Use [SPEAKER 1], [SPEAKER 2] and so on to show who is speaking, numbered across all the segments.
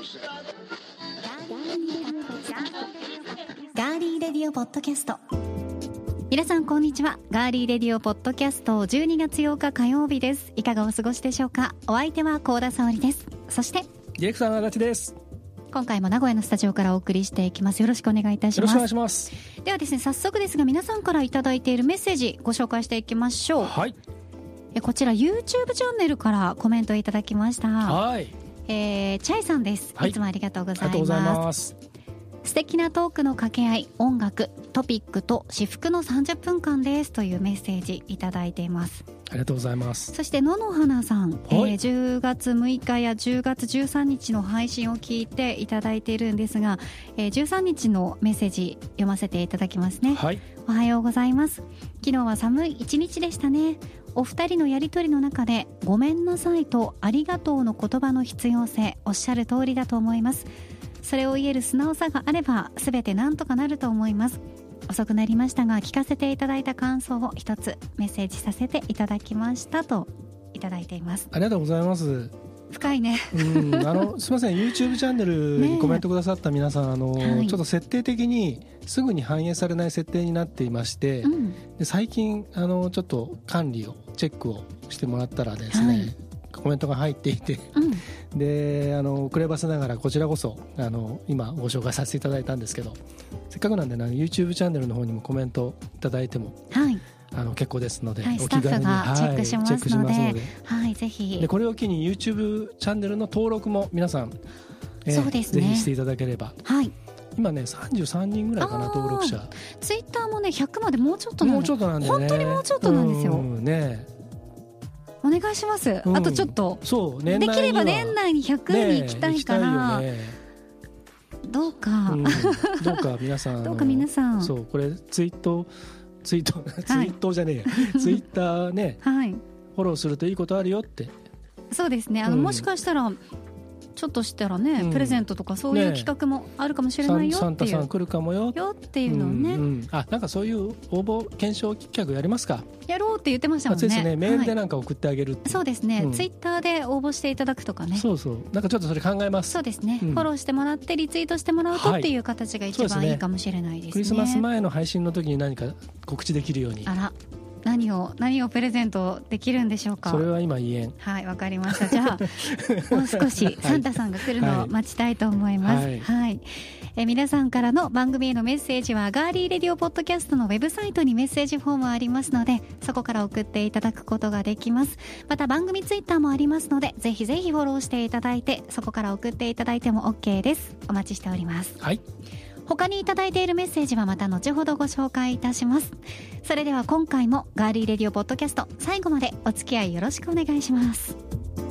[SPEAKER 1] ガーリーレディオポッドキャスト。皆さんこんにちは。ガーリーレディオポッドキャスト12月8日火曜日です。いかがお過ごしでしょうか。お相手は高田沙織です。そして
[SPEAKER 2] ディレクターの足立です。
[SPEAKER 1] 今回も名古屋のスタジオからお送りしていきます。よろしくお願いいたします。
[SPEAKER 2] よろしくお願いします。
[SPEAKER 1] ではですね、早速ですが皆さんからいただいているメッセージご紹介していきましょう。
[SPEAKER 2] はい。
[SPEAKER 1] こちら YouTube チャンネルからコメントいただきました。
[SPEAKER 2] はい。
[SPEAKER 1] チャイさんです、はい、いつもありがとうございます。
[SPEAKER 2] ありがとうございます。
[SPEAKER 1] 素敵なトークの掛け合い、音楽、トピックと至福の30分間ですというメッセージいただいています。
[SPEAKER 2] ありがとうございます。
[SPEAKER 1] そして野々花さん、10月6日や10月13日の配信を聞いていただいているんですが、13日のメッセージ読ませていただきますね。
[SPEAKER 2] はい。
[SPEAKER 1] おはようございます。昨日は寒い一日でしたね。お二人のやりとりの中でごめんなさいとありがとうの言葉の必要性、おっしゃる通りだと思います。それを言える素直さがあれば全てなんとかなると思います。遅くなりましたが聞かせていただいた感想を一つメッセージさせていただきましたといただいています。
[SPEAKER 2] ありがとうございます。
[SPEAKER 1] 深いね。
[SPEAKER 2] すみません、YouTube チャンネルにコメントくださった皆さん、
[SPEAKER 1] はい、
[SPEAKER 2] ちょっと設定的にすぐに反映されない設定になっていまして、で最近ちょっと管理をチェックをしてもらったらですね、はい、コメントが入っていて、で遅ればせながらこちらこそ今ご紹介させていただいたんですけど、せっかくなんでYouTube チャンネルの方にもコメントいただいても、はい、結構ですので、
[SPEAKER 1] はい、スタッフがチェックしますので、はい、ぜひ。
[SPEAKER 2] でこれを機に YouTube チャンネルの登録も皆さん、
[SPEAKER 1] そうですね、
[SPEAKER 2] ぜひしていただければ、はい、今ね33人ぐらいかな、登録者。
[SPEAKER 1] ツイッターもね100までもうちょっとなんで、
[SPEAKER 2] もうちょっとなんでね、
[SPEAKER 1] 本当にもうちょっとなんですよ、
[SPEAKER 2] ね、
[SPEAKER 1] お願いします、あとちょっと、
[SPEAKER 2] そう
[SPEAKER 1] できれば年内に100に行きたいから、どうか、
[SPEAKER 2] どうか皆さん
[SPEAKER 1] どうか皆さん、
[SPEAKER 2] そうこれツイートじゃねえやツイッターね、はい、フォローするといいことあるよって。そうですね、もしかしたらちょっとしたらね、プレゼントとかそういう企画もあるかもしれないよっていう、サンタさん来るかもよ
[SPEAKER 1] っていうのをね、
[SPEAKER 2] なんかそういう応募検証企画やりますか。
[SPEAKER 1] やろうって言ってましたもんね。
[SPEAKER 2] そうですね、メールでなんか送ってあげるって、
[SPEAKER 1] そうですね、ツイッターで応募していただくとかね。
[SPEAKER 2] そうそう、なんかちょっとそれ考えます。
[SPEAKER 1] そうですね、フォローしてもらってリツイートしてもらうとっていう形が一番いいかもしれないですね。
[SPEAKER 2] クリスマス前の配信の時に何か告知できるように。
[SPEAKER 1] あら、何をプレゼントできるんでしょうか。
[SPEAKER 2] それは今言えん。
[SPEAKER 1] はい、わかりました。じゃあもう少しサンタさんが来るのを待ちたいと思います。はい、はい、皆さんからの番組へのメッセージはガーリーレディオポッドキャストのウェブサイトにメッセージフォームありますので、そこから送っていただくことができます。また番組ツイッターもありますので、ぜひぜひフォローしていただいて、そこから送っていただいても OK です。お待ちしております。
[SPEAKER 2] はい、
[SPEAKER 1] 他にいただいているメッセージはまた後ほどご紹介いたします。それでは今回もガーリーレディオポッドキャスト、最後までお付き合いよろしくお願いします。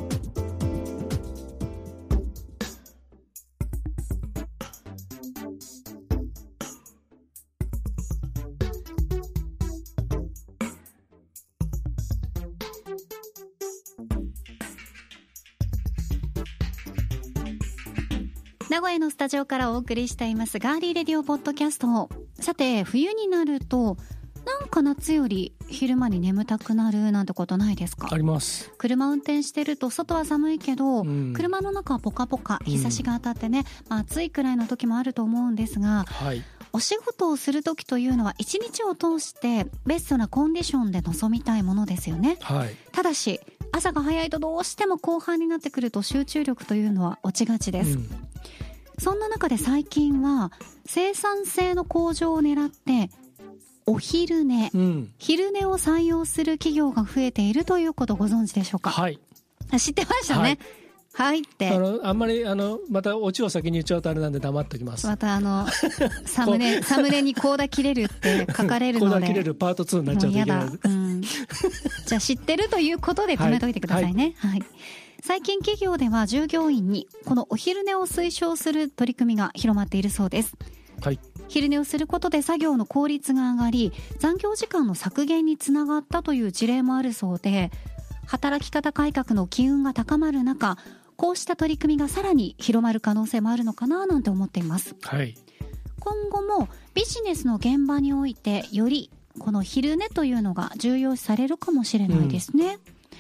[SPEAKER 1] 名古屋のスタジオからお送りしていますガーリーレディオポッドキャスト。さて、冬になるとなんか夏より昼間に眠たくなるなんてことないですか。
[SPEAKER 2] あります。
[SPEAKER 1] 車運転してると外は寒いけど、車の中はポカポカ、日差しが当たってね、暑いくらいの時もあると思うんですが、はい、お仕事をする時というのは一日を通してベストなコンディションで臨みたいものですよね。はい、ただし朝が早いとどうしても後半になってくると集中力というのは落ちがちです。そんな中で最近は生産性の向上を狙ってお昼寝、昼寝を採用する企業が増えているということをご存知でしょうか。はい、知ってましたね。はいって、
[SPEAKER 2] あんまりまたオチを先に言っちゃうとあれなんで黙っておきます。
[SPEAKER 1] またサムネにコーダ切れるって書かれるので
[SPEAKER 2] コーダ切れるパート2になっちゃうといけない。
[SPEAKER 1] じゃあ知ってるということで止めといてくださいね。はい、最近企業では従業員にこのお昼寝を推奨する取り組みが広まっているそうです。はい、昼寝をすることで作業の効率が上がり、残業時間の削減につながったという事例もあるそうで、働き方改革の機運が高まる中、こうした取り組みがさらに広まる可能性もあるのかななんて思っています。はい、今後もビジネスの現場においてよりこの昼寝というのが重要視されるかもしれないですね。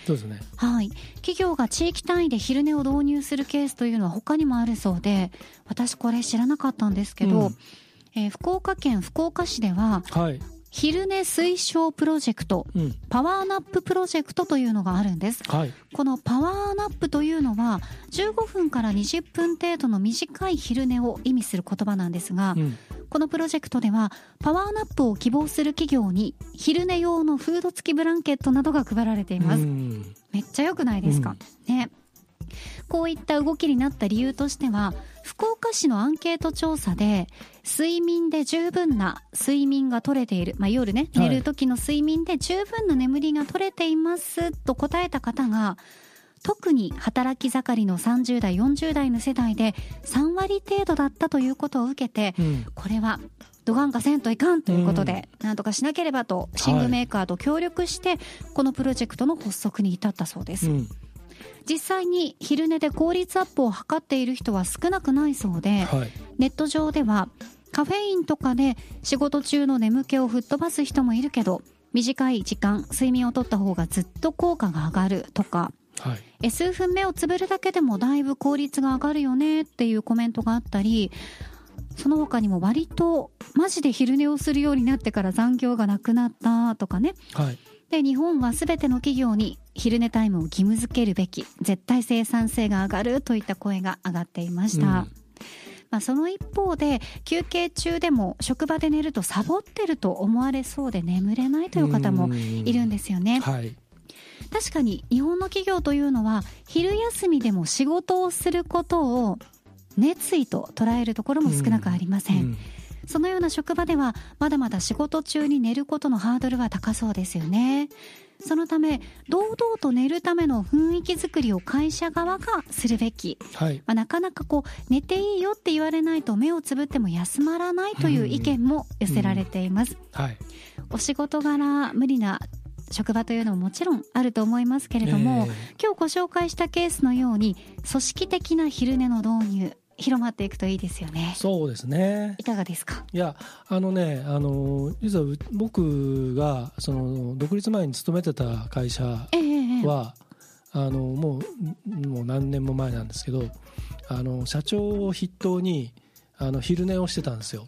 [SPEAKER 2] そうですね。
[SPEAKER 1] はい。企業が地域単位で昼寝を導入するケースというのは他にもあるそうで、私これ知らなかったんですけど、福岡県福岡市では、はい、昼寝推奨プロジェクト、パワーナッププロジェクトというのがあるんです、はい、このパワーナップというのは15分から20分程度の短い昼寝を意味する言葉なんですが、このプロジェクトではパワーナップを希望する企業に昼寝用のフード付きブランケットなどが配られています。めっちゃ良くないですか、ね。こういった動きになった理由としては、福岡市のアンケート調査で睡眠で十分な睡眠が取れている、夜ね、寝る時の睡眠で十分な眠りが取れていますと答えた方が、特に働き盛りの30代40代の世代で3割程度だったということを受けて、これはどがんかせんといかんということで、なんとかしなければと寝具メーカーと協力してこのプロジェクトの発足に至ったそうです、実際に昼寝で効率アップを図っている人は少なくないそうで、ネット上ではカフェインとかで仕事中の眠気を吹っ飛ばす人もいるけど、短い時間睡眠をとった方がずっと効果が上がるとか、数分目をつぶるだけでもだいぶ効率が上がるよねっていうコメントがあったり、その他にも割とマジで昼寝をするようになってから残業がなくなったとかね、で日本は全ての企業に昼寝タイムを義務付けるべき、絶対生産性が上がるといった声が上がっていました、その一方で休憩中でも職場で寝るとサボってると思われそうで眠れないという方もいるんですよね、確かに日本の企業というのは昼休みでも仕事をすることを熱意と捉えるところも少なくありません、そのような職場ではまだまだ仕事中に寝ることのハードルは高そうですよね。そのため堂々と寝るための雰囲気作りを会社側がするべき、なかなか寝ていいよって言われないと目をつぶっても休まらないという意見も寄せられています、お仕事柄無理な職場というのももちろんあると思いますけれども、今日ご紹介したケースのように組織的な昼寝の導入広まっていくといいですよね。
[SPEAKER 2] そうですね。
[SPEAKER 1] いかがですか？
[SPEAKER 2] いや、実は僕がその独立前に勤めてた会社は、もう何年も前なんですけど、社長を筆頭に昼寝をしてたんですよ。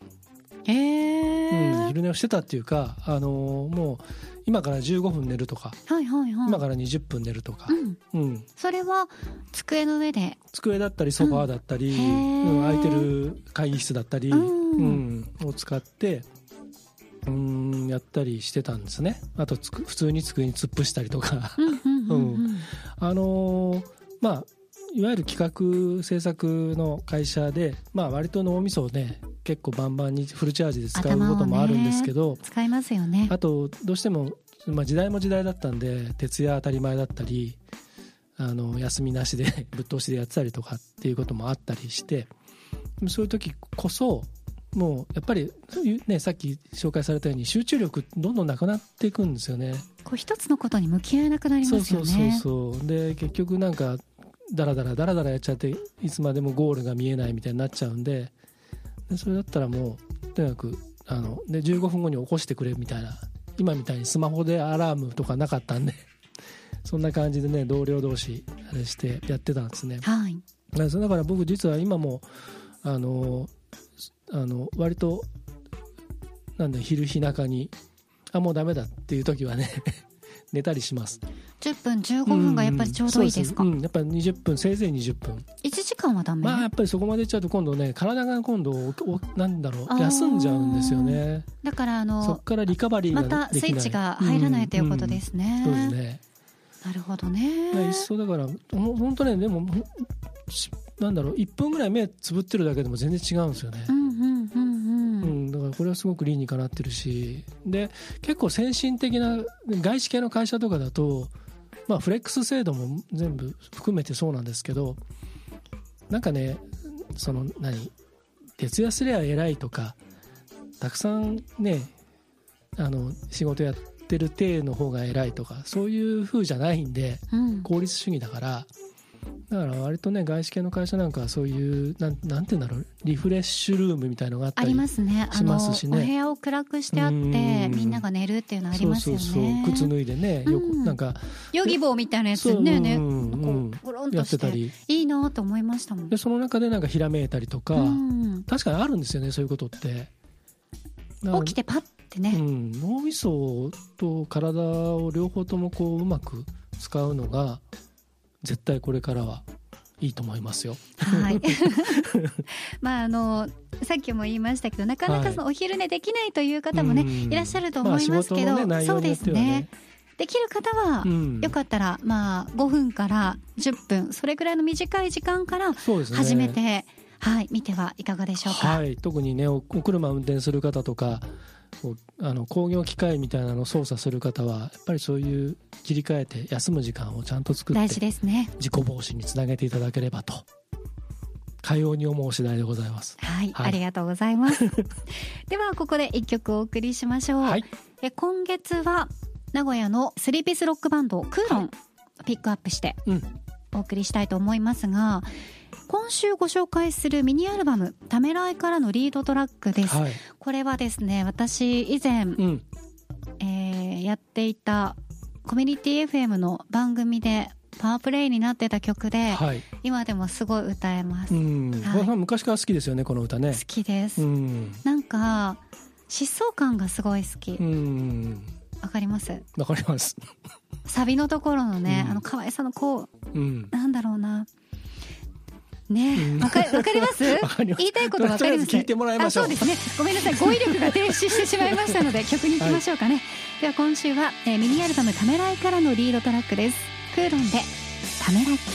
[SPEAKER 2] 昼寝をしてたっていうか、もう今から15分寝るとか、今から20分寝るとか、
[SPEAKER 1] それは机の上で、
[SPEAKER 2] 机だったりソファーだったり、空いてる会議室だったり、を使ってやったりしてたんですね。あと普通に机に突っ伏したりとかいわゆる企画制作の会社で、割と脳みそをね結構バンバンにフルチャージで使うこともあるんですけど、
[SPEAKER 1] 使いますよね。
[SPEAKER 2] あとどうしても、時代も時代だったんで徹夜当たり前だったり、休みなしでぶっ通しでやってたりとかっていうこともあったりして、そういう時こそもうやっぱりね、さっき紹介されたように集中力どんどんなくなっていくんですよね。
[SPEAKER 1] 一つのことに向き合えなくなりますよね。
[SPEAKER 2] そうで結局なんかダラダラやっちゃって、いつまでもゴールが見えないみたいになっちゃうんで、それだったらもうとにかくで15分後に起こしてくれみたいな、今みたいにスマホでアラームとかなかったんでそんな感じでね、同僚同士あれしてやってたんですね、だから僕実は今も割と昼日中にもうダメだっていう時はね寝たりします。
[SPEAKER 1] 10分15分がやっぱりちょうどいいですか？
[SPEAKER 2] やっぱり20分、せいぜい20分。
[SPEAKER 1] 1時間はダメ？
[SPEAKER 2] やっぱりそこまでいっちゃうと今度ね、体が今度休んじゃうんですよね。
[SPEAKER 1] だから
[SPEAKER 2] そこからリカバリーができない、
[SPEAKER 1] またスイッチが入らないということですね。
[SPEAKER 2] そうですね。
[SPEAKER 1] なるほどね。
[SPEAKER 2] 一層だから本当ね、でも1分ぐらい目つぶってるだけでも全然違うんですよね。だからこれはすごく理にかなってるし、で結構先進的な外資系の会社とかだと、フレックス制度も全部含めてそうなんですけど、なんかね、徹夜すりゃ偉いとか、たくさんね仕事やってる体の方が偉いとか、そういう風じゃないんで、効率主義だからだから割とね外資系の会社なんかはそういうなんていうんだろうリフレッシュルームみたいのがあったりしますしね。
[SPEAKER 1] ありますね。お部屋を暗くしてあってみんなが寝るっていうのありますよね。
[SPEAKER 2] そう靴脱いでね、よくなんか
[SPEAKER 1] ヨギボーみたいなやつね、こうゴロンとしていいなと思いましたもん。
[SPEAKER 2] でその中でなんかひらめいたりとか、確かにあるんですよねそういうことって。
[SPEAKER 1] 起きてパッてね、
[SPEAKER 2] 脳みそと体を両方ともこううまく使うのが絶対これからはいいと思いますよ。
[SPEAKER 1] はいまあさっきも言いましたけどなかなかそのお昼寝できないという方もね、いらっしゃると思いますけど、そうですね、できる方はよかったら、5分から10分それぐらいの短い時間から始めて、見てはいかがでしょうか。
[SPEAKER 2] 特にねお車運転する方とか工業機械みたいなのを操作する方はやっぱりそういう切り替えて休む時間をちゃんと作って
[SPEAKER 1] 大事ですね。
[SPEAKER 2] 事故防止につなげていただければとかように思う次第でございます。
[SPEAKER 1] ありがとうございますではここで一曲お送りしましょう。今月は名古屋の3ピースロックバンドクーロンをピックアップしてお送りしたいと思いますが、今週ご紹介するミニアルバムためらいからのリードトラックです。これはですね私以前、やっていたコミュニティ FM の番組でパワープレイになってた曲で、今でもすごい歌えます。
[SPEAKER 2] 昔から好きですよねこの歌ね。
[SPEAKER 1] 好きです。なんか疾走感がすごい好き。わかります？
[SPEAKER 2] わかります。
[SPEAKER 1] サビのところのね、可愛さのこう、なんだろうなね、わかります？言いたいことわかります？
[SPEAKER 2] 聞いてもらいましょう。
[SPEAKER 1] そうですね。ごめんなさい。語彙力が停止してしまいましたので曲に行きましょうかね。では今週は、ミニアルバムためらいからのリードトラックです。クーロンでためらい。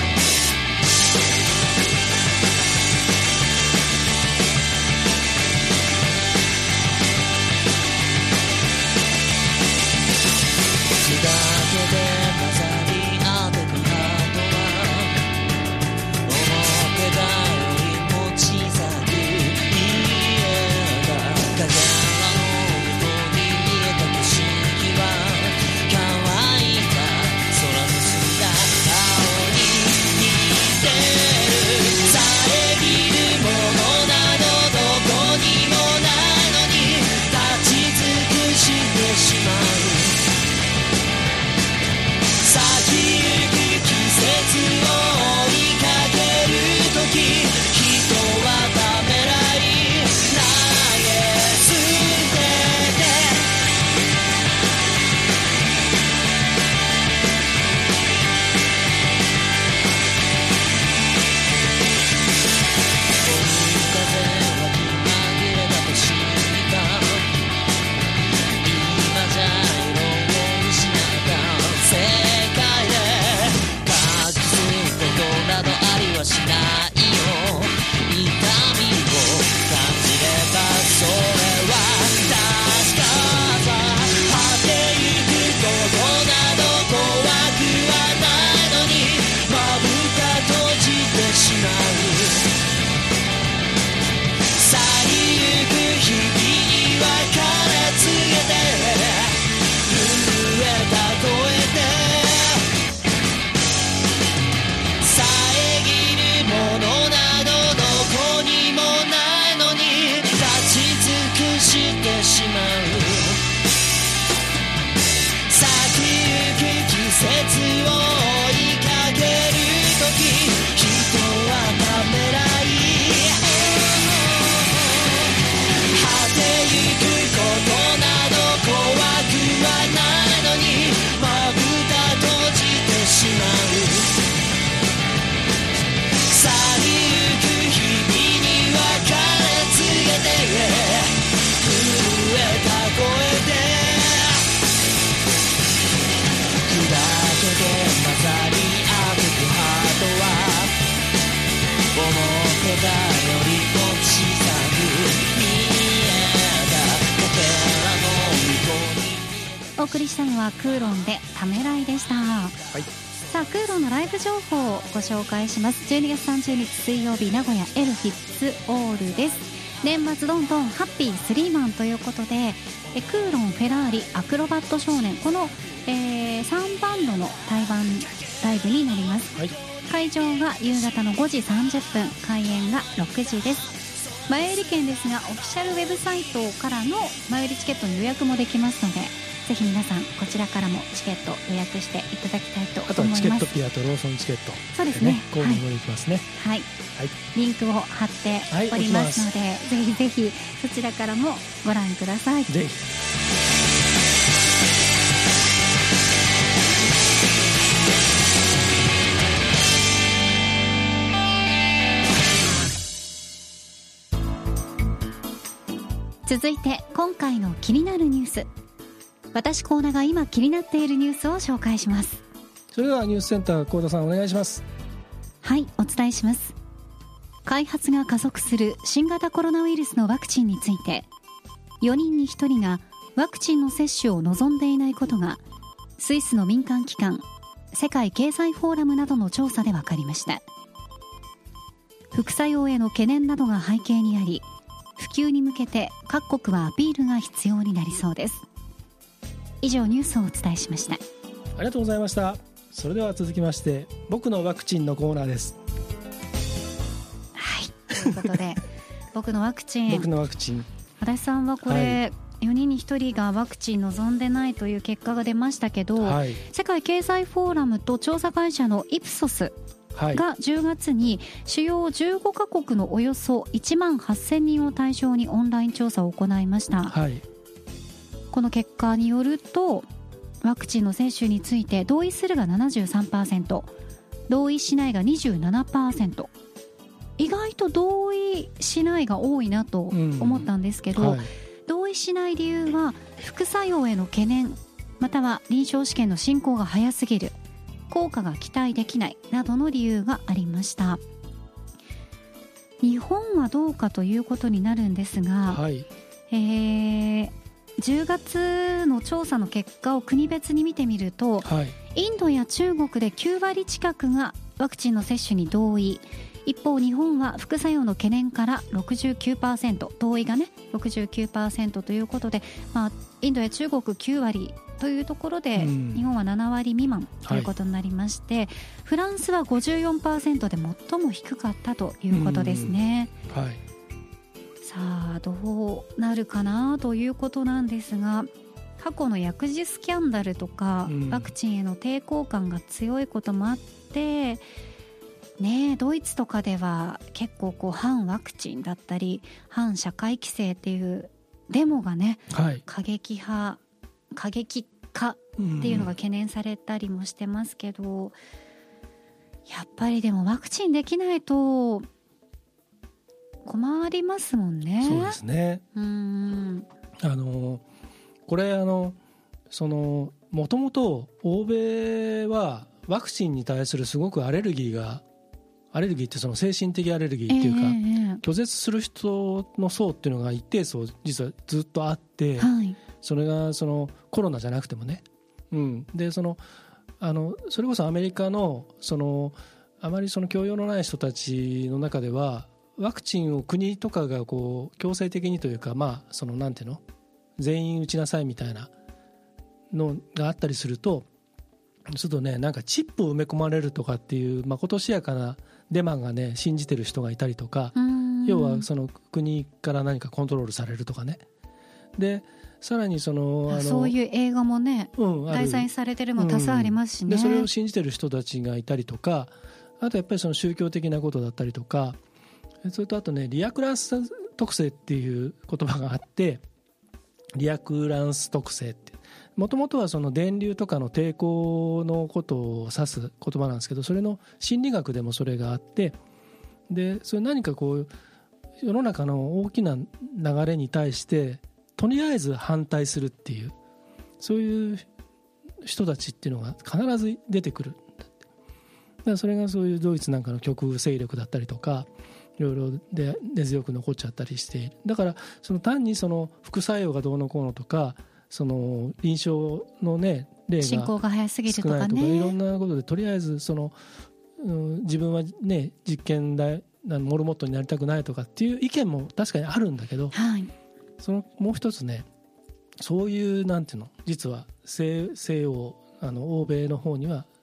[SPEAKER 1] お送りしたのはクーロンでためらいでした。さあクーロンのライブ情報をご紹介します。12月30日水曜日名古屋エルフィッツオールです。年末どんどんハッピースリーマンということでクーロン、フェラーリ、アクロバット少年この、3バンドの対バンライブになります。 会場が夕方の5時30分、開演が6時です。前売り券ですが、オフィシャルウェブサイトからの前売りチケットの予約もできますので、ぜひ皆さんこちらからもチケット予約していただきたいと思います。
[SPEAKER 2] あとはチケットピアとローソンチケット、
[SPEAKER 1] そうですね、
[SPEAKER 2] 購入もできますね。
[SPEAKER 1] はい、はい、リンクを貼っておりますので、ぜひぜひそちらからもご覧ください。
[SPEAKER 2] ぜひ。
[SPEAKER 1] 続いて今回の気になるニュース、私コーナが今気になっているニュースを紹介します。
[SPEAKER 2] それではニュースセンター幸田さんお願いします。
[SPEAKER 1] はい、お伝えします。開発が加速する新型コロナウイルスのワクチンについて、4人に1人がワクチンの接種を望んでいないことがスイスの民間機関世界経済フォーラムなどの調査で分かりました。副作用への懸念などが背景にあり、普及に向けて各国はアピールが必要になりそうです。以上ニュースをお伝えしました。
[SPEAKER 2] ありがとうございました。それでは続きまして僕のワクチンのコーナーです。
[SPEAKER 1] はい、ということで僕のワクチン、
[SPEAKER 2] 僕のワクチン、
[SPEAKER 1] 足立さんはこれ、4人に1人がワクチン望んでないという結果が出ましたけど、世界経済フォーラムと調査会社のイプソスが10月に主要15カ国のおよそ1万8000人を対象にオンライン調査を行いました。この結果によると、ワクチンの接種について同意するが 73%、 同意しないが 27%、 意外と同意しないが多いなと思ったんですけど、同意しない理由は副作用への懸念、または臨床試験の進行が早すぎる、効果が期待できないなどの理由がありました。日本はどうかということになるんですが、10月の調査の結果を国別に見てみると、インドや中国で9割近くがワクチンの接種に同意、一方日本は副作用の懸念から 69%、 同意がね 69% ということで、インドや中国9割というところで、日本は7割未満ということになりまして、フランスは 54% で最も低かったということですね。さあどうなるかなということなんですが、過去の薬事スキャンダルとか、ワクチンへの抵抗感が強いこともあってね、ドイツとかでは結構反ワクチンだったり反社会規制っていうデモがね、過激化っていうのが懸念されたりもしてますけど、やっぱりでもワクチンできないと困りますもんね。
[SPEAKER 2] そうですね。これもともと欧米はワクチンに対するすごくアレルギーってその精神的アレルギーっていうか、拒絶する人の層っていうのが一定層実はずっとあって、それがコロナじゃなくてもね、でそれこそアメリカのあまり教養のない人たちの中では、ワクチンを国とかが強制的にというか、なんていうの、全員打ちなさいみたいなのがあったりするとね、なんかチップを埋め込まれるとかっていうまことしやかなデマがね信じてる人がいたりとか、要は国から何かコントロールされるとかね。でさらに
[SPEAKER 1] そういう映画もね、題材されてるも多数ありますしね。
[SPEAKER 2] でそれを信じてる人たちがいたりとか、あとやっぱり宗教的なことだったりとか、それとあとね、リアクランス特性っていう言葉があって、リアクランス特性ってもともとは電流とかの抵抗のことを指す言葉なんですけど、それの心理学でもそれがあって、でそれ何か世の中の大きな流れに対してとりあえず反対するっていう、そういう人たちっていうのが必ず出てくるんだって。だからそれがそういうドイツなんかの極右勢力だったりとか、いろいろで根強く残っちゃったりしている。だから単に副作用がどうのこうのとか、臨床のね例が
[SPEAKER 1] 進行が早すぎるとかね、
[SPEAKER 2] いろんなことでとりあえず自分はね実験台モルモットになりたくないとかっていう意見も確かにあるんだけど、もう一つね、そういうなんていうの、実は西欧欧米の方には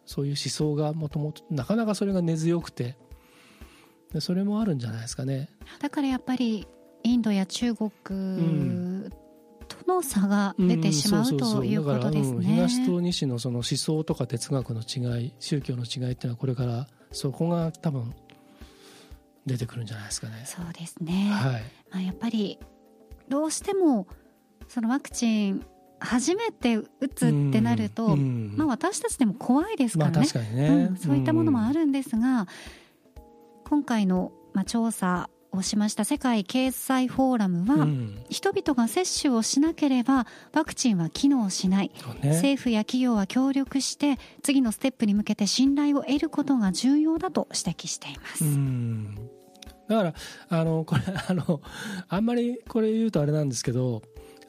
[SPEAKER 2] そういう思想がもともとなかなかそれが根強くて、でそれもあるんじゃないですかね。
[SPEAKER 1] だからやっぱりインドや中国との差が出てしまうということですね。
[SPEAKER 2] 東と西のその思想とか哲学の違い、宗教の違いっていうのはこれからそこが多分出てくるんじゃないですかね。
[SPEAKER 1] そうですね、
[SPEAKER 2] はい。
[SPEAKER 1] やっぱりどうしてもそのワクチン初めて打つってなると、私たちでも怖いですからね。
[SPEAKER 2] 確かにね、
[SPEAKER 1] そういったものもあるんですが、今回の調査をしました世界経済フォーラムは、人々が接種をしなければワクチンは機能しない、政府や企業は協力して次のステップに向けて信頼を得ることが重要だと指摘しています。
[SPEAKER 2] だからこれあんまりこれ言うとあれなんですけど、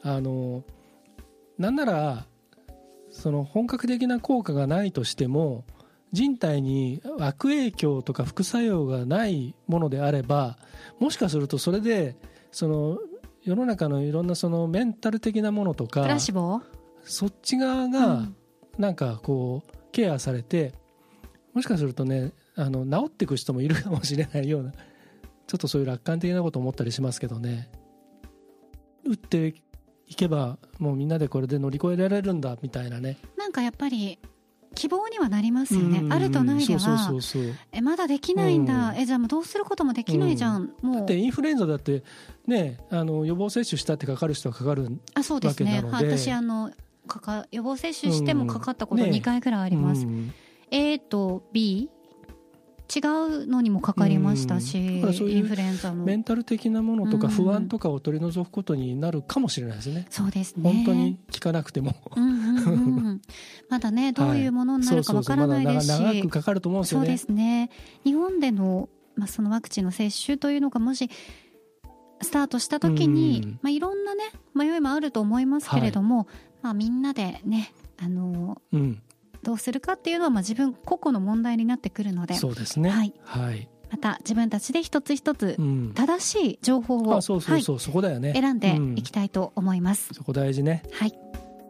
[SPEAKER 2] なんならその本格的な効果がないとしても人体に悪影響とか副作用がないものであれば、もしかするとそれでその世の中のいろんなそのメンタル的なものとか
[SPEAKER 1] プラシボ
[SPEAKER 2] そっち側がなんかこうケアされて、もしかするとね治っていく人もいるかもしれないような、ちょっとそういう楽観的なことを思ったりしますけどね。打っていけばもうみんなでこれで乗り越えられるんだみたいなね、
[SPEAKER 1] なんかやっぱり希望にはなりますよね。あるとないではまだできないんだ、じゃあもうどうすることもできないじゃん、もう
[SPEAKER 2] だってインフルエンザだってね、予防接種したってかかる人はかかるわけなので。
[SPEAKER 1] そうですね、私予防接種してもかかったこと2回くらいあります、A と B違うのにもかかりましたし、インフルエンザの
[SPEAKER 2] メンタル的なものとか不安とかを取り除くことになるかもしれないですね。
[SPEAKER 1] そうですね、
[SPEAKER 2] 本当に効かなくても
[SPEAKER 1] まだねどういうものになるかわからないですし、
[SPEAKER 2] まだ長くかかると思うんですよね。
[SPEAKER 1] そうですね、日本での、そのワクチンの接種というのがもしスタートした時に、いろんなね迷いもあると思いますけれども、みんなでねどうするかっていうのは自分個々の問題になってくるので、
[SPEAKER 2] そうですね、
[SPEAKER 1] また自分たちで一つ一つ正しい情報を
[SPEAKER 2] そこだよね、
[SPEAKER 1] 選んでいきたいと思います、
[SPEAKER 2] そこ大事ね。
[SPEAKER 1] はい。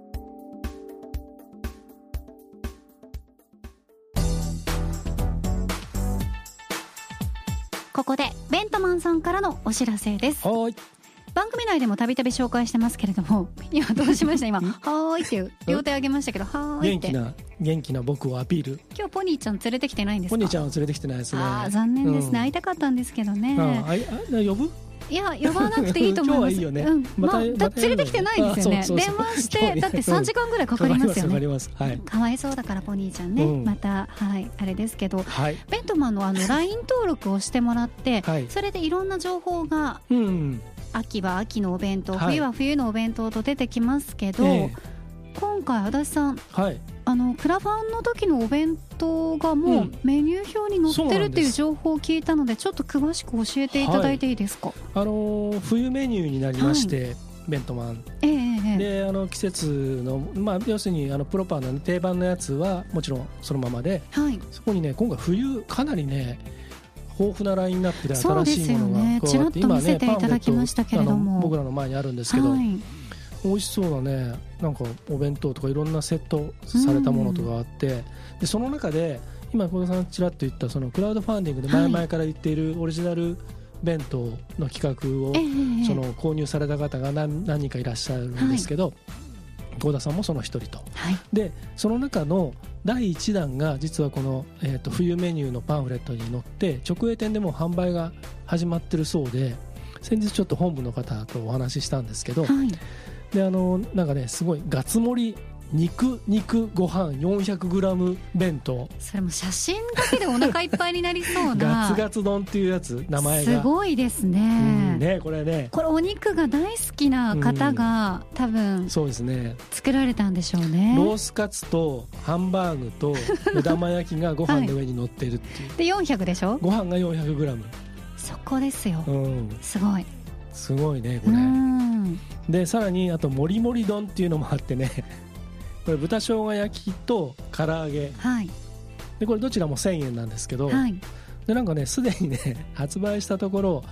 [SPEAKER 1] ここでベントマンさんからのお知らせです。番組内でもたびたび紹介してますけれども、今どうしました？今はーいっていう両手上げましたけど、はーいって
[SPEAKER 2] 元気な僕をアピール。
[SPEAKER 1] 今日ポニーちゃん連れてきてないんですか？
[SPEAKER 2] ポニーちゃんは連れてきてないですね。
[SPEAKER 1] 残念ですね、会いたかったんですけどね。
[SPEAKER 2] 呼ぶ？
[SPEAKER 1] いや呼ばなくていいと思います。
[SPEAKER 2] 今日はいいよね、
[SPEAKER 1] 連れてきてないんですよね。電話してだって3時間ぐらいかかりますよね。かわいそうだからポニーちゃんね、またあれですけど、ベントマンのLINE 登録をしてもらって、それでいろんな情報が秋は秋のお弁当、冬は冬のお弁当と出てきますけど、今回足立さん、クラファンの時のお弁当がもうメニュー表に載ってるっていう情報を聞いたので、ちょっと詳しく教えていただいていいですか？
[SPEAKER 2] 冬メニューになりまして、ベントマンで季節の、要するにプロパンの定番のやつはもちろんそのままで、そこにね今回冬かなりね豊富なラインナップで新しいものが加わって、
[SPEAKER 1] 今ねパンフレット
[SPEAKER 2] 僕らの前にあるんですけど、美味しそうなねなんかお弁当とかいろんなセットされたものとかあって、でその中で今小田さんちらっと言ったそのクラウドファンディングで前々から言っているオリジナル弁当の企画を、その購入された方が何人かいらっしゃるんですけど、小田さんもその一人と、でその中の第1弾が実はこの、冬メニューのパンフレットに載って直営店でも販売が始まってるそうで、先日ちょっと本部の方とお話ししたんですけど、でなんかねすごいガツ盛り肉ご飯 400g 弁当、
[SPEAKER 1] それも写真だけでお腹いっぱいになりそうな
[SPEAKER 2] ガツガツ丼っていうやつ、名前が
[SPEAKER 1] すごいですね、
[SPEAKER 2] これ
[SPEAKER 1] お肉が大好きな方が、多分
[SPEAKER 2] そうですね
[SPEAKER 1] 作られたんでしょうね。
[SPEAKER 2] ロースカツとハンバーグと目玉焼きがご飯の上に乗ってるっていう、
[SPEAKER 1] で400でしょ、
[SPEAKER 2] ご飯が 400g、
[SPEAKER 1] そこですよ、すごい
[SPEAKER 2] ねこれ、でさらにあともりもり丼っていうのもあってねこれ豚生姜焼きと唐揚げ、でこれどちらも1000円なんですけど、でなんかねすでにね発売したところ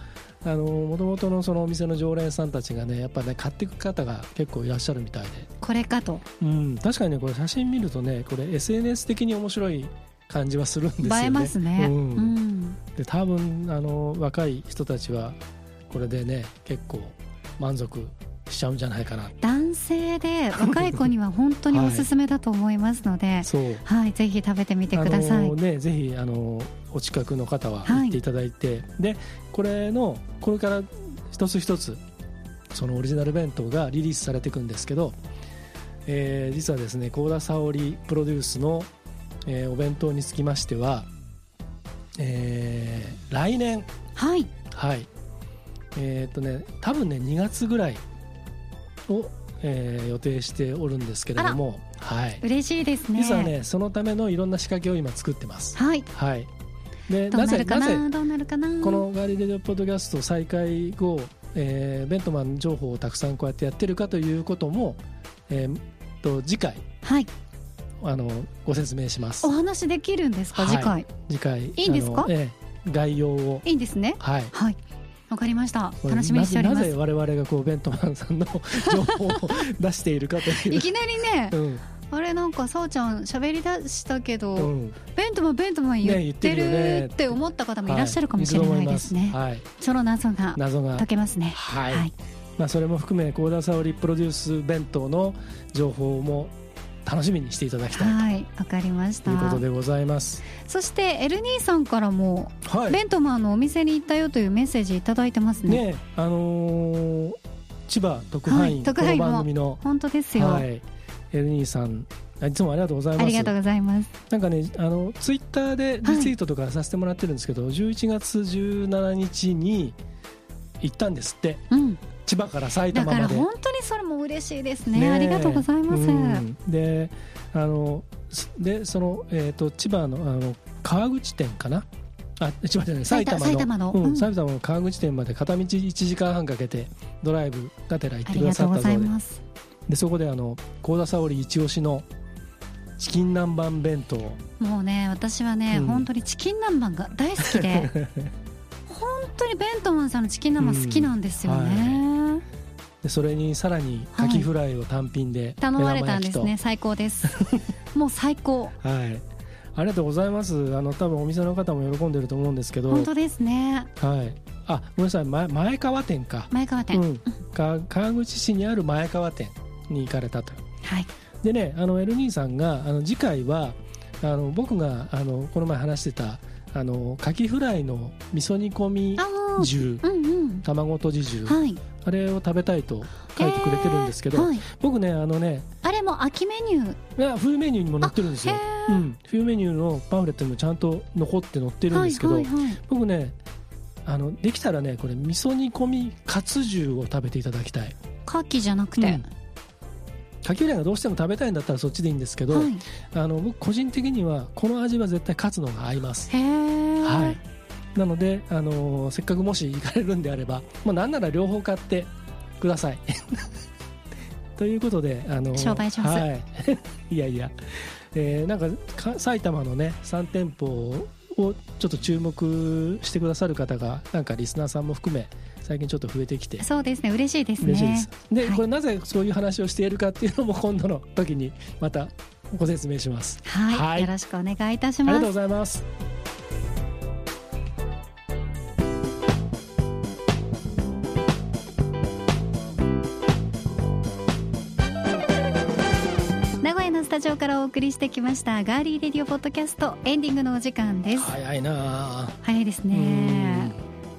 [SPEAKER 2] もともとのそのお店の常連さんたちがねやっぱね買っていく方が結構いらっしゃるみたいで、
[SPEAKER 1] これかと、
[SPEAKER 2] 確かにねこれ写真見るとねこれ SNS 的に面白い感じはするんですよね。
[SPEAKER 1] 映えますね。
[SPEAKER 2] で多分若い人たちはこれでね結構満足しちゃうんじゃないかな。
[SPEAKER 1] 男性で若い子には本当におすすめだと思いますので、はい、ぜひ食べてみてください。
[SPEAKER 2] ぜひお近くの方は行っていただいて、でこれから一つ一つそのオリジナル弁当がリリースされていくんですけど、実はですね幸田沙織プロデュースの、お弁当につきましては、来年
[SPEAKER 1] はい
[SPEAKER 2] 多分ね2月ぐらいを、予定しておるんですけれども、
[SPEAKER 1] 嬉しいですね。
[SPEAKER 2] 実はねそのためのいろんな仕掛けを今作ってます。で
[SPEAKER 1] どうなるかな
[SPEAKER 2] このガーリーレディオポッドキャスト再開後、ベントマン情報をたくさんこうやってやってるかということも、次回、ご説明します。
[SPEAKER 1] お話できるんですか？次回いいんですか？
[SPEAKER 2] 概要を
[SPEAKER 1] いいんですね。わかりました。楽しみにしております。
[SPEAKER 2] なぜ我々がこうベントマンさんの情報を出しているかという
[SPEAKER 1] いきなりね、あれなんかさおちゃん喋り出したけど、ベントマン言ってるって思った方もいらっしゃるかもしれないですね。その謎が解けますね。
[SPEAKER 2] それも含め幸田沙織プロデュース弁当の情報も楽しみにしていただきたい
[SPEAKER 1] わかりました
[SPEAKER 2] ということでございます。
[SPEAKER 1] そしてエルニーさんからも、ベントマンのお店に行ったよというメッセージいただいてますね。
[SPEAKER 2] 千葉特派員、この番組の
[SPEAKER 1] 本当ですよ、
[SPEAKER 2] エルニーさんいつもありがとうございます。
[SPEAKER 1] ありがとうございます。
[SPEAKER 2] なんかねツイッターでリツイートとかさせてもらってるんですけど、11月17日に行ったんですって、千葉から埼玉まで。
[SPEAKER 1] だから本当にそれも嬉しいですね。ありがとうございます。
[SPEAKER 2] でその、千葉の川口店かな、千葉じゃない埼玉の川口店まで片道1時間半かけてドライブがてら行ってくださったそうで、そこで幸田沙織一押しのチキン南蛮弁当、
[SPEAKER 1] もうね私はね、本当にチキン南蛮が大好きで本当にベントマンさんのチキン南蛮好きなんですよね。
[SPEAKER 2] でそれにさらにカキフライを単品で
[SPEAKER 1] 頼まれたんですね。最高ですもう最高。
[SPEAKER 2] ありがとうございます。多分お店の方も喜んでると思うんですけど。
[SPEAKER 1] 本当ですね。
[SPEAKER 2] ごめんなさい、前川店か。
[SPEAKER 1] 前川店、
[SPEAKER 2] 川口市にある前川店に行かれたと。でねエルニーさんが次回は僕がこの前話してたカキフライの味噌煮込み重、卵とじ重、あれを食べたいと書いてくれてるんですけど、僕ね
[SPEAKER 1] あれも秋メニュー、
[SPEAKER 2] いや冬メニューにも載ってるんですよ。冬メニューのパンフレットにもちゃんと残って載ってるんですけど、僕ねできたらねこれ味噌煮込みカツ重を食べていただきたい。
[SPEAKER 1] カキじゃなくて、
[SPEAKER 2] カキフライがどうしても食べたいんだったらそっちでいいんですけど、僕個人的にはこの味は絶対カツの方が合います。なのでせっかくもし行かれるんであれば、なんなら両方買ってくださいということで
[SPEAKER 1] 商売上手
[SPEAKER 2] いやいや、なんか埼玉のね3店舗をちょっと注目してくださる方がなんかリスナーさんも含め最近ちょっと増えてきて、
[SPEAKER 1] そうですね、嬉しいですね。
[SPEAKER 2] 嬉しいです。で、これなぜそういう話をしているかっていうのも今度の時にまたご説明します。
[SPEAKER 1] よろしくお願いいたします。
[SPEAKER 2] ありがとうございます。
[SPEAKER 1] スタジオからお送りしてきましたガーリーレディオポッドキャスト、エンディングのお時間です。
[SPEAKER 2] 早いな。
[SPEAKER 1] 早いですね。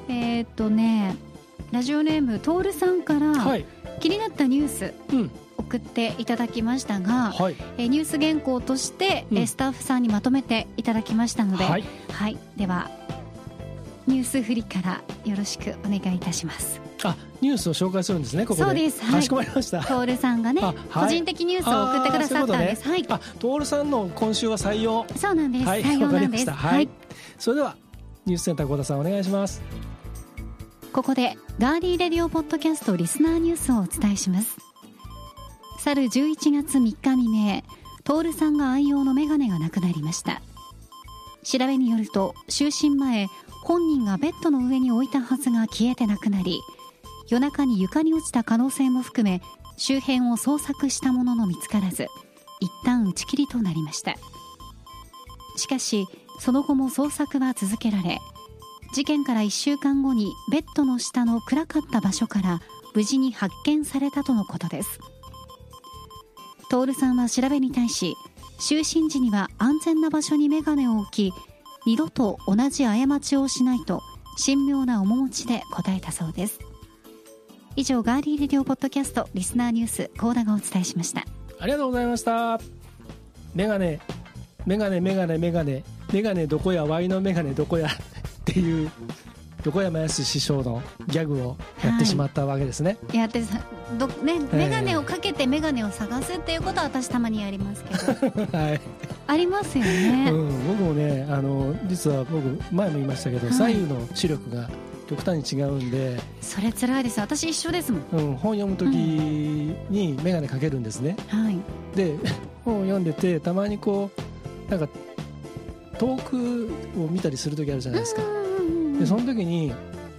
[SPEAKER 1] ラジオネームトールさんから、気になったニュース、送っていただきましたが、ニュース原稿として、スタッフさんにまとめていただきましたので、ではニュース振りからよろしくお願いいたします。
[SPEAKER 2] ニュースを紹介するんですね、ここで。
[SPEAKER 1] そうです、
[SPEAKER 2] かしこまりました。
[SPEAKER 1] トールさんがね、個人的ニュースを送ってくださったんです。ト
[SPEAKER 2] ールさんの今週は採用。
[SPEAKER 1] そうなんです、採用なんです。
[SPEAKER 2] それではニュースセンター幸田さんお願いします。
[SPEAKER 1] ここでガーリーレディオポッドキャストリスナーニュースをお伝えします。去る11月3日未明、トールさんが愛用のメガネがなくなりました。調べによると就寝前本人がベッドの上に置いたはずが消えてなくなり、夜中に床に落ちた可能性も含め周辺を捜索したものの見つからず、一旦打ち切りとなりました。しかしその後も捜索は続けられ、事件から1週間後にベッドの下の暗かった場所から無事に発見されたとのことです。徹さんは調べに対し、就寝時には安全な場所に眼鏡を置き、二度と同じ過ちをしないと神妙な面持ちで答えたそうです。以上、ガーリーレディオポッドキャストリスナーニュース、高田がお伝えしました。
[SPEAKER 2] ありがとうございました。メガネメガネメガネメガネメガネどこや、ワイのメガネどこやっていう横山やす師匠のギャグをやってしまったわけですね。
[SPEAKER 1] やってメガネをかけてメガネを探すっていうことは私たまにやりますけど、はい、ありますよね、
[SPEAKER 2] 僕もね、実は僕前も言いましたけど、左右の視力が極端に違うんで、
[SPEAKER 1] それ辛いです。私一緒ですもん、
[SPEAKER 2] 本読むときにメガネかけるんですね、で本を読んでてたまにこうなんか遠くを見たりするときあるじゃないですか。でその時に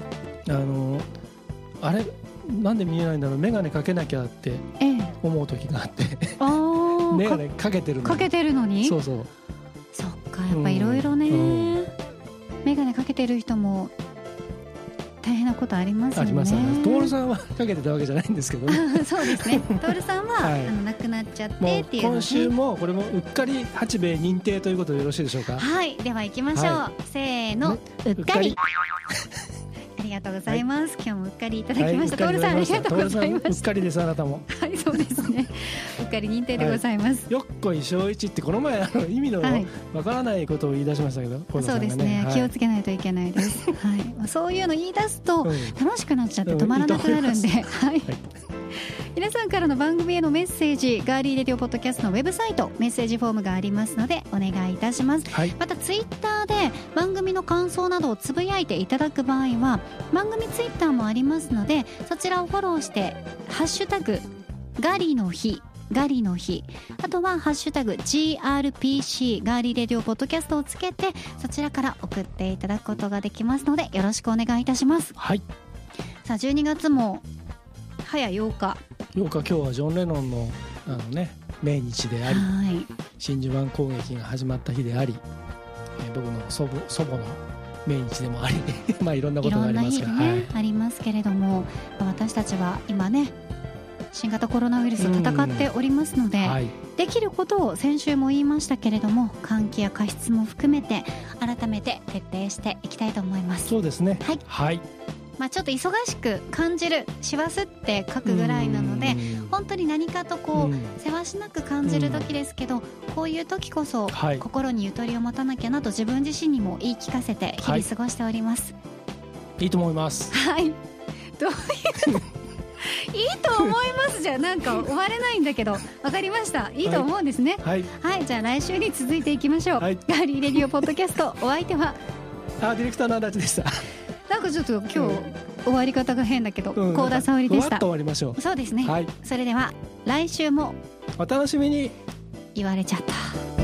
[SPEAKER 2] あれなんで見えないんだろう、メガネかけなきゃって思う時があって、メガネかけてるのにそうそ
[SPEAKER 1] っか、やっぱいろいろね、メガネかけてる人も大変なことありますよね。あります。
[SPEAKER 2] 徹さんはかけてたわけじゃないんですけどね
[SPEAKER 1] そうですね、徹さんは、亡くなっちゃってっていうの、
[SPEAKER 2] 今週もこれもうっかり八兵衛認定ということでよろしいでしょうか。
[SPEAKER 1] はい、では行きましょう、せーの、うっかりありがとうございます、今日もうっかりいただきました。徹さんありがとうございました。
[SPEAKER 2] うっかりです、あなたも。
[SPEAKER 1] はい、そうですね、うっかり認定でございます。
[SPEAKER 2] よっこいしょういちってこの前意味のわからないことを言い出しましたけど、
[SPEAKER 1] そうですね、気をつけないといけないです、はい、そういうの言い出すと楽しくなっちゃって止まらなくなるんで、皆さんからの番組へのメッセージ、ガーリーレディオポッドキャストのウェブサイトメッセージフォームがありますのでお願いいたします、またツイッターで番組の感想などをつぶやいていただく場合は番組ツイッターもありますので、そちらをフォローしてハッシュタグガリの日、ガリの日、あとはハッシュタグ GRPC ガーリーレディオポッドキャストをつけてそちらから送っていただくことができますのでよろしくお願いいたします。
[SPEAKER 2] はい、
[SPEAKER 1] さあ12月も早8日、
[SPEAKER 2] 今日はジョン・レノンの命日であり、真珠湾攻撃が始まった日であり、僕の祖母の命日でもありまあいろんなことがありますが、
[SPEAKER 1] ありますけれども、私たちは今ね新型コロナウイルスと戦っておりますので、できることを先週も言いましたけれども換気や加湿も含めて改めて徹底していきたいと思います。
[SPEAKER 2] そうですね、はい、
[SPEAKER 1] ちょっと忙しく感じる、師走って書くぐらいなので本当に何かとせわしなく感じる時ですけど、こういう時こそ心にゆとりを持たなきゃなと自分自身にも言い聞かせて日々過ごしております、
[SPEAKER 2] いいと思います。
[SPEAKER 1] はい、どういういいと思いますじゃなんか終われないんだけど、わかりました、いいと思うんですね。はい、じゃあ来週に続いていきましょう、ガーリーレディオポッドキャスト、お相手は
[SPEAKER 2] ディレクターの足立でした。
[SPEAKER 1] なんかちょっと今日終わり方が変だけど、幸田沙織でした。
[SPEAKER 2] 終わりましょう。
[SPEAKER 1] そうですね、それでは来週も
[SPEAKER 2] お楽しみに。
[SPEAKER 1] 言われちゃった。